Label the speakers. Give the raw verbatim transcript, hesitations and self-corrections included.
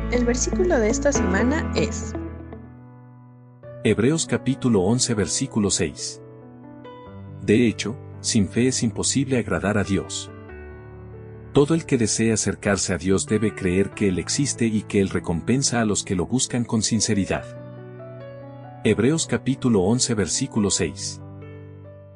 Speaker 1: El versículo de esta semana es
Speaker 2: Hebreos capítulo once versículo seis. De hecho, sin fe es imposible agradar a Dios. Todo el que desea acercarse a Dios debe creer que Él existe y que Él recompensa a los que lo buscan con sinceridad. Hebreos capítulo once versículo seis.